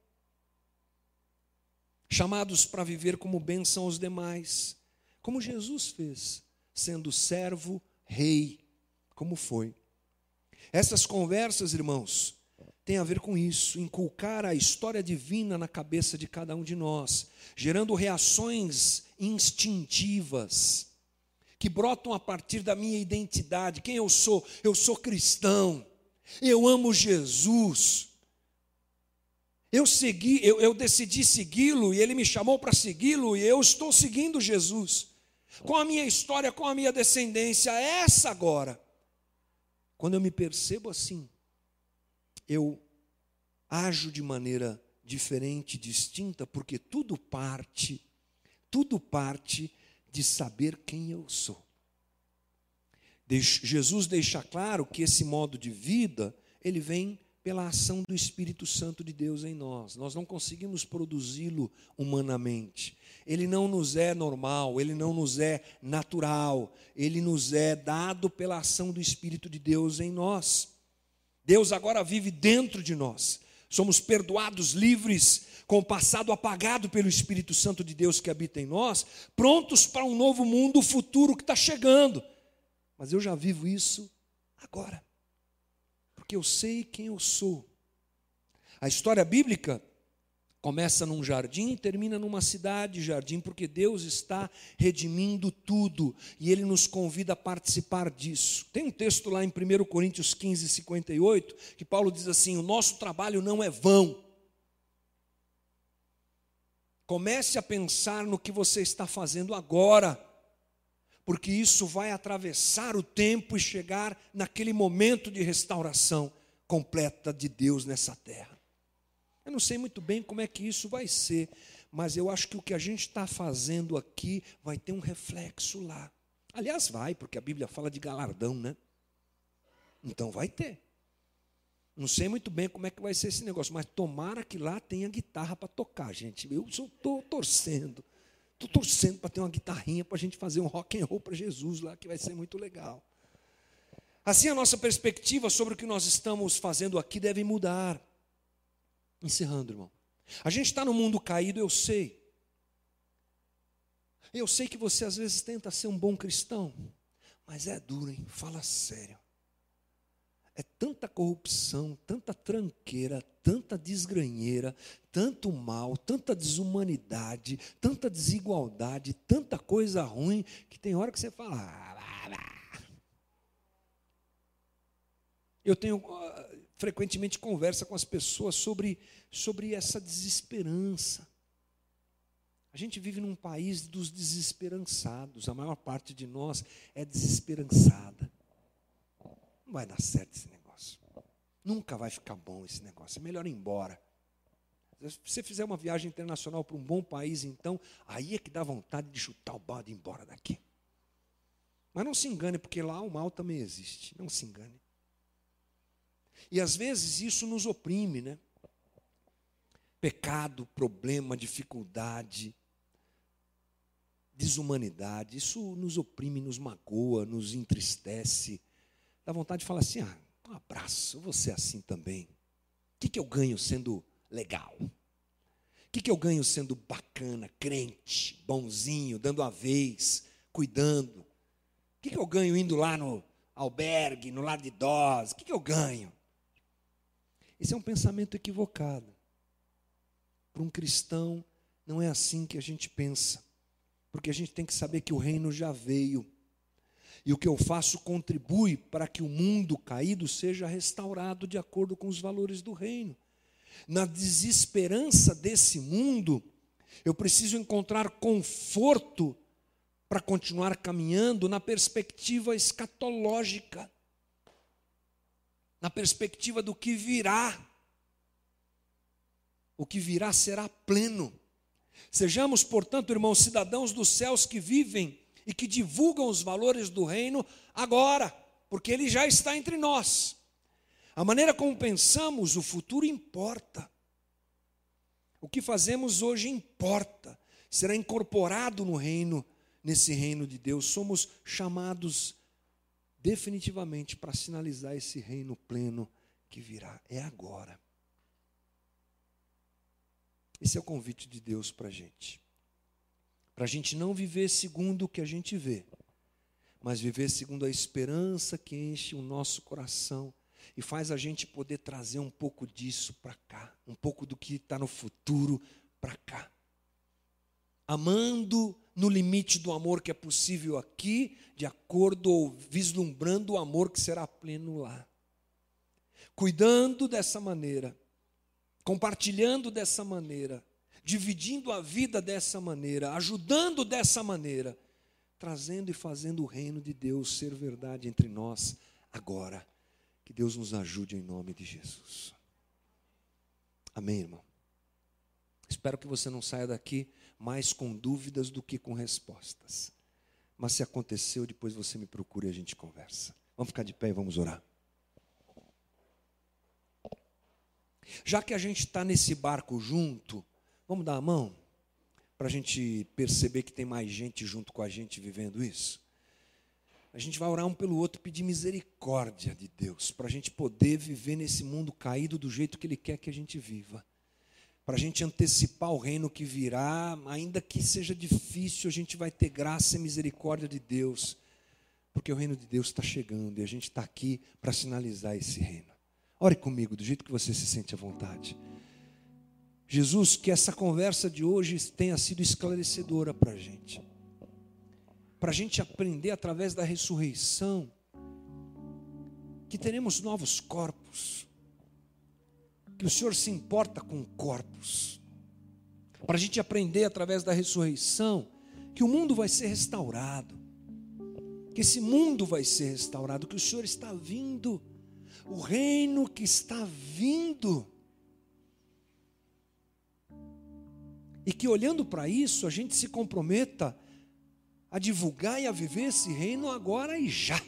Chamados para viver como bênção aos demais, como Jesus fez, sendo servo, rei, como foi. Essas conversas, irmãos, têm a ver com isso, inculcar a história divina na cabeça de cada um de nós, gerando reações instintivas, que brotam a partir da minha identidade. Quem eu sou? Eu sou cristão, eu amo Jesus, eu, segui, eu, eu decidi segui-lo, e Ele me chamou para segui-lo, e eu estou seguindo Jesus, com a minha história, com a minha descendência, essa agora. Quando eu me percebo assim, eu ajo de maneira diferente, distinta, porque tudo parte, tudo parte de saber quem eu sou. Jesus deixa claro que esse modo de vida, ele vem pela ação do Espírito Santo de Deus em nós. Nós não conseguimos produzi-lo humanamente. Ele não nos é normal, ele não nos é natural, ele nos é dado pela ação do Espírito de Deus em nós. Deus agora vive dentro de nós. Somos perdoados, livres, com o passado apagado pelo Espírito Santo de Deus que habita em nós, prontos para um novo mundo futuro que está chegando. Mas eu já vivo isso agora, porque eu sei quem eu sou. A história bíblica começa num jardim e termina numa cidade, jardim, porque Deus está redimindo tudo, e Ele nos convida a participar disso. Tem um texto lá em primeira Coríntios quinze, cinquenta e oito, que Paulo diz assim: o nosso trabalho não é vão. Comece a pensar no que você está fazendo agora, porque isso vai atravessar o tempo e chegar naquele momento de restauração completa de Deus nessa terra. Eu não sei muito bem como é que isso vai ser, mas eu acho que o que a gente está fazendo aqui vai ter um reflexo lá. Aliás, vai, porque a Bíblia fala de galardão, né? Então vai ter. Não sei muito bem como é que vai ser esse negócio, mas tomara que lá tenha guitarra para tocar, gente. Eu estou torcendo, estou torcendo para ter uma guitarrinha para a gente fazer um rock and roll para Jesus lá, que vai ser muito legal. Assim, a nossa perspectiva sobre o que nós estamos fazendo aqui deve mudar. Encerrando, irmão. A gente está no mundo caído, eu sei. Eu sei que você às vezes tenta ser um bom cristão, mas é duro, hein? Fala sério. É tanta corrupção, tanta tranqueira, tanta desgranheira, tanto mal, tanta desumanidade, tanta desigualdade, tanta coisa ruim, que tem hora que você fala... Ah, eu tenho... frequentemente conversa com as pessoas sobre, sobre essa desesperança. A gente vive num país dos desesperançados. A maior parte de nós é desesperançada. Não vai dar certo esse negócio. Nunca vai ficar bom esse negócio. É melhor ir embora. Se você fizer uma viagem internacional para um bom país, então, aí é que dá vontade de chutar o balde e ir embora daqui. Mas não se engane, porque lá o mal também existe. Não se engane. E às vezes isso nos oprime, né? Pecado, problema, dificuldade, desumanidade, isso nos oprime, nos magoa, nos entristece. Dá vontade de falar assim, ah, um abraço, eu vou ser assim também. O que, que eu ganho sendo legal? O que, que eu ganho sendo bacana, crente, bonzinho, dando a vez, cuidando? O que, que eu ganho indo lá no albergue, no lar de idosos? O que, que eu ganho? Esse é um pensamento equivocado. Para um cristão, não é assim que a gente pensa. Porque a gente tem que saber que o reino já veio. E o que eu faço contribui para que o mundo caído seja restaurado de acordo com os valores do reino. Na desesperança desse mundo, eu preciso encontrar conforto para continuar caminhando na perspectiva escatológica, na perspectiva do que virá. O que virá será pleno. Sejamos, portanto, irmãos, cidadãos dos céus que vivem e que divulgam os valores do reino agora, porque ele já está entre nós. A maneira como pensamos, o futuro importa. O que fazemos hoje importa. Será incorporado no reino, nesse reino de Deus. Somos chamados definitivamente para sinalizar esse reino pleno que virá. É agora. Esse é o convite de Deus para a gente. Para a gente não viver segundo o que a gente vê, mas viver segundo a esperança que enche o nosso coração e faz a gente poder trazer um pouco disso para cá, um pouco do que está no futuro para cá. Amando no limite do amor que é possível aqui, de acordo ou vislumbrando o amor que será pleno lá. Cuidando dessa maneira, compartilhando dessa maneira, dividindo a vida dessa maneira, ajudando dessa maneira, trazendo e fazendo o reino de Deus ser verdade entre nós agora. Que Deus nos ajude em nome de Jesus. Amém, irmão? Espero que você não saia daqui mais com dúvidas do que com respostas. Mas se aconteceu, depois você me procura e a gente conversa. Vamos ficar de pé e vamos orar. Já que a gente está nesse barco junto, vamos dar a mão para a gente perceber que tem mais gente junto com a gente vivendo isso. A gente vai orar um pelo outro, pedir misericórdia de Deus, para a gente poder viver nesse mundo caído do jeito que Ele quer que a gente viva. Para a gente antecipar o reino que virá, ainda que seja difícil, a gente vai ter graça e misericórdia de Deus, porque o reino de Deus está chegando e a gente está aqui para sinalizar esse reino. Ore comigo, do jeito que você se sente à vontade. Jesus, que essa conversa de hoje tenha sido esclarecedora para a gente. Para a gente aprender através da ressurreição, que teremos novos corpos. Que o Senhor se importa com corpos. Para a gente aprender através da ressurreição, que o mundo vai ser restaurado. Que esse mundo vai ser restaurado, que o Senhor está vindo. O reino que está vindo. E que olhando para isso, a gente se comprometa a divulgar e a viver esse reino agora e já.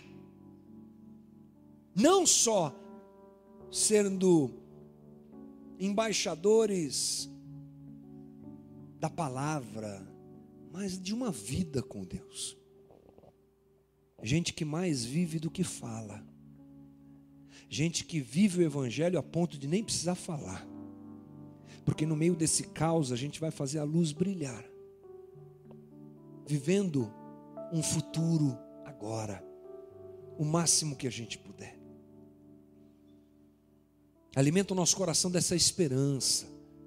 Não só sendo embaixadores da palavra, mas de uma vida com Deus. Gente que mais vive do que fala. Gente que vive o evangelho a ponto de nem precisar falar. Porque no meio desse caos a gente vai fazer a luz brilhar. Vivendo um futuro agora. O máximo que a gente puder. Alimenta o nosso coração dessa esperança.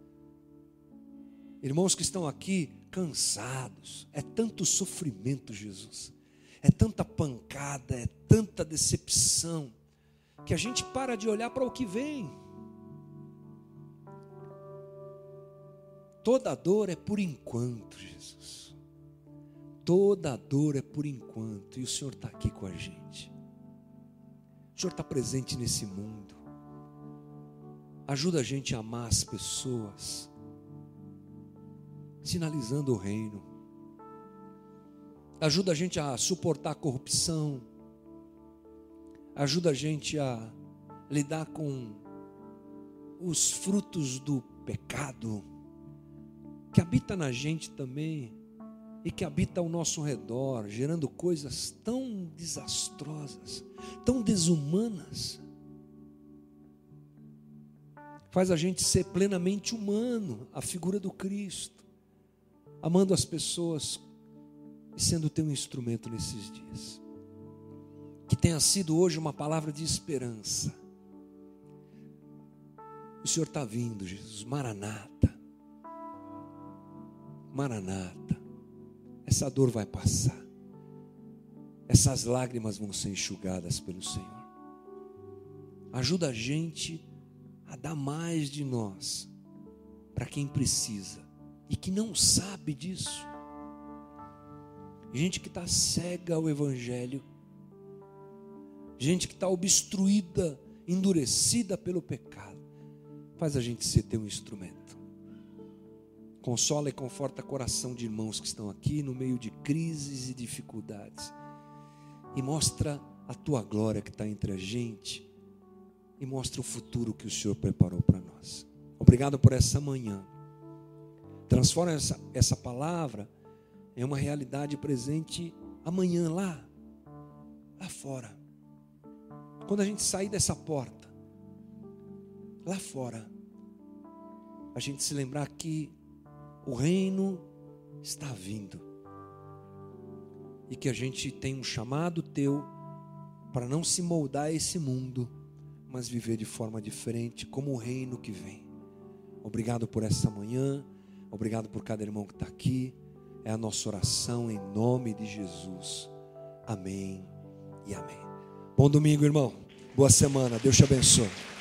Irmãos que estão aqui cansados. É tanto sofrimento, Jesus. É tanta pancada, é tanta decepção, que a gente para de olhar para o que vem. Toda dor é por enquanto, Jesus. Toda dor é por enquanto. E o Senhor está aqui com a gente. O Senhor está presente nesse mundo. Ajuda a gente a amar as pessoas, sinalizando o reino. Ajuda a gente a suportar a corrupção. Ajuda a gente a lidar com os frutos do pecado, que habita na gente também, e que habita ao nosso redor, gerando coisas tão desastrosas, tão desumanas. Faz a gente ser plenamente humano, a figura do Cristo, amando as pessoas e sendo teu instrumento nesses dias. Que tenha sido hoje uma palavra de esperança. O Senhor está vindo, Jesus. Maranata. Maranata. Essa dor vai passar. Essas lágrimas vão ser enxugadas pelo Senhor. Ajuda a gente a dar mais de nós para quem precisa e que não sabe disso. Gente que está cega ao Evangelho. Gente que está obstruída, endurecida pelo pecado. Faz a gente ser teu instrumento. Consola e conforta o coração de irmãos que estão aqui no meio de crises e dificuldades. E mostra a tua glória que está entre a gente. E mostra o futuro que o Senhor preparou para nós. Obrigado por essa manhã. Transforma essa, essa palavra em uma realidade presente amanhã lá, lá fora. Quando a gente sair dessa porta, lá fora, a gente se lembrar que o reino está vindo. E que a gente tem um chamado teu para não se moldar a esse mundo, mas viver de forma diferente, como o reino que vem. Obrigado por essa manhã, obrigado por cada irmão que está aqui. É a nossa oração em nome de Jesus. Amém e amém. Bom domingo, irmão. Boa semana. Deus te abençoe.